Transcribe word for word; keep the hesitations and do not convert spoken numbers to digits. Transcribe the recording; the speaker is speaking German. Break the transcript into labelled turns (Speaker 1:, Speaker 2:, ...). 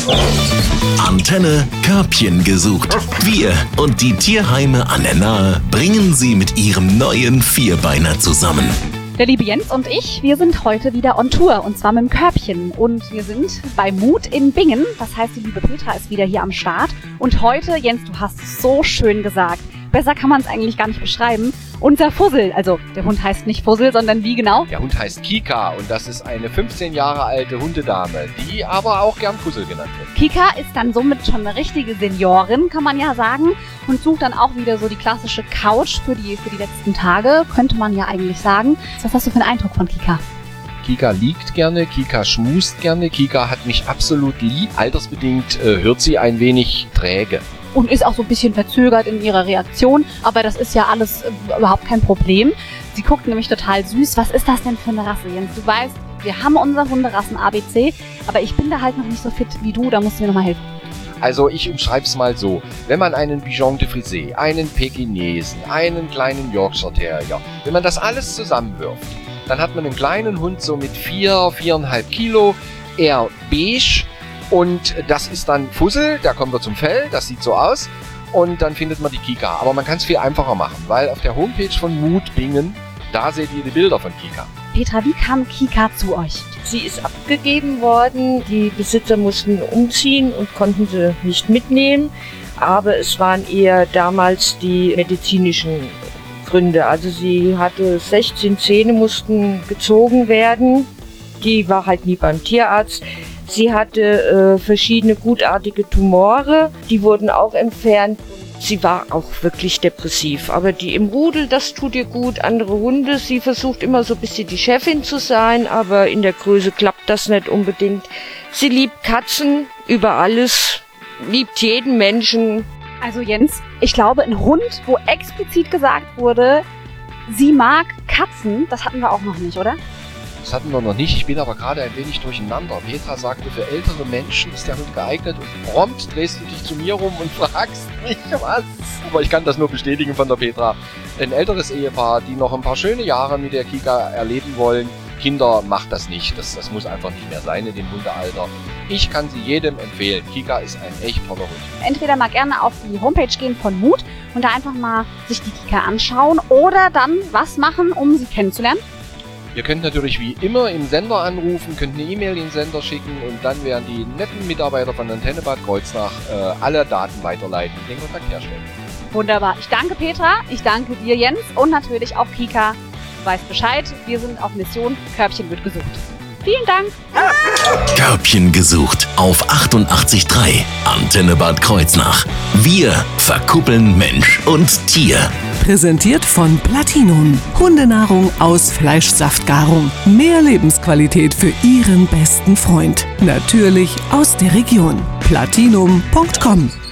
Speaker 1: Antenne Körbchen gesucht. Wir und die Tierheime an der Nahe bringen sie mit ihrem neuen Vierbeiner zusammen.
Speaker 2: Der liebe Jens und ich, wir sind heute wieder on Tour und zwar mit dem Körbchen. Und wir sind bei Mut in Bingen. Das heißt, die liebe Petra ist wieder hier am Start. Und heute, Jens, du hast es so schön gesagt. Besser kann man es eigentlich gar nicht beschreiben. Unser Fussel, also der Hund heißt nicht Fussel, sondern wie genau?
Speaker 3: Der Hund heißt Kika und das ist eine fünfzehn Jahre alte Hundedame, die aber auch gern Fussel genannt wird.
Speaker 2: Kika ist dann somit schon eine richtige Seniorin, kann man ja sagen, und sucht dann auch wieder so die klassische Couch für die, für die letzten Tage, könnte man ja eigentlich sagen. Was hast du für einen Eindruck von Kika?
Speaker 3: Kika liegt gerne, Kika schmust gerne, Kika hat mich absolut lieb. Altersbedingt äh, hört sie ein wenig träge.
Speaker 2: Und ist auch so ein bisschen verzögert in ihrer Reaktion, aber das ist ja alles äh, überhaupt kein Problem. Sie guckt nämlich total süß. Was ist das denn für eine Rasse, Jens? Du weißt, wir haben unser Hunderassen A B C, aber ich bin da halt noch nicht so fit wie du, da musst du mir nochmal helfen.
Speaker 3: Also ich umschreibe es mal so, wenn man einen Bichon de Frise, einen Pekinesen, einen kleinen Yorkshire Terrier, wenn man das alles zusammenwirft, dann hat man einen kleinen Hund so mit vier, viereinhalb Kilo, eher beige. Und das ist dann Fussel, da kommen wir zum Fell, das sieht so aus. Und dann findet man die Kika. Aber man kann es viel einfacher machen, weil auf der Homepage von Mut Bingen, da seht ihr die Bilder von Kika.
Speaker 2: Petra, wie kam Kika zu euch?
Speaker 4: Sie ist abgegeben worden, die Besitzer mussten umziehen und konnten sie nicht mitnehmen. Aber es waren eher damals die medizinischen Gründe. Also sie hatte sechzehn Zähne, mussten gezogen werden. Die war halt nie beim Tierarzt. Sie hatte äh, verschiedene gutartige Tumore, die wurden auch entfernt. Sie war auch wirklich depressiv, aber die im Rudel, das tut ihr gut. Andere Hunde, sie versucht immer so ein bisschen die Chefin zu sein, aber in der Größe klappt das nicht unbedingt. Sie liebt Katzen über alles, liebt jeden Menschen.
Speaker 2: Also Jens, ich glaube, ein Hund, wo explizit gesagt wurde, sie mag Katzen, das hatten wir auch noch nicht, oder?
Speaker 3: Das hatten wir noch nicht, ich bin aber gerade ein wenig durcheinander. Petra sagte, für ältere Menschen ist der Hund geeignet und prompt drehst du dich zu mir rum und fragst mich was. Aber ich kann das nur bestätigen von der Petra. Ein älteres Ehepaar, die noch ein paar schöne Jahre mit der Kika erleben wollen, Kinder macht das nicht. Das, das muss einfach nicht mehr sein in dem Hundealter. Ich kann sie jedem empfehlen. Kika ist ein echt toller Hund.
Speaker 2: Entweder mal gerne auf die Homepage gehen von Mut und da einfach mal sich die Kika anschauen oder dann was machen, um sie kennenzulernen.
Speaker 3: Ihr könnt natürlich wie immer im Sender anrufen, könnt eine E-Mail in den Sender schicken und dann werden die netten Mitarbeiter von Antenne Bad Kreuznach äh, alle Daten weiterleiten und den Kontakt herstellen.
Speaker 2: Wunderbar. Ich danke Petra, ich danke dir Jens und natürlich auch Kika. Du weißt Bescheid, wir sind auf Mission, Körbchen wird gesucht. Vielen Dank.
Speaker 1: Körbchen gesucht auf achtundachtzig Komma drei Antenne Bad Kreuznach. Wir verkuppeln Mensch und Tier.
Speaker 5: Präsentiert von Platinum. Hundenahrung aus Fleischsaftgarung. Mehr Lebensqualität für Ihren besten Freund. Natürlich aus der Region. platinum punkt com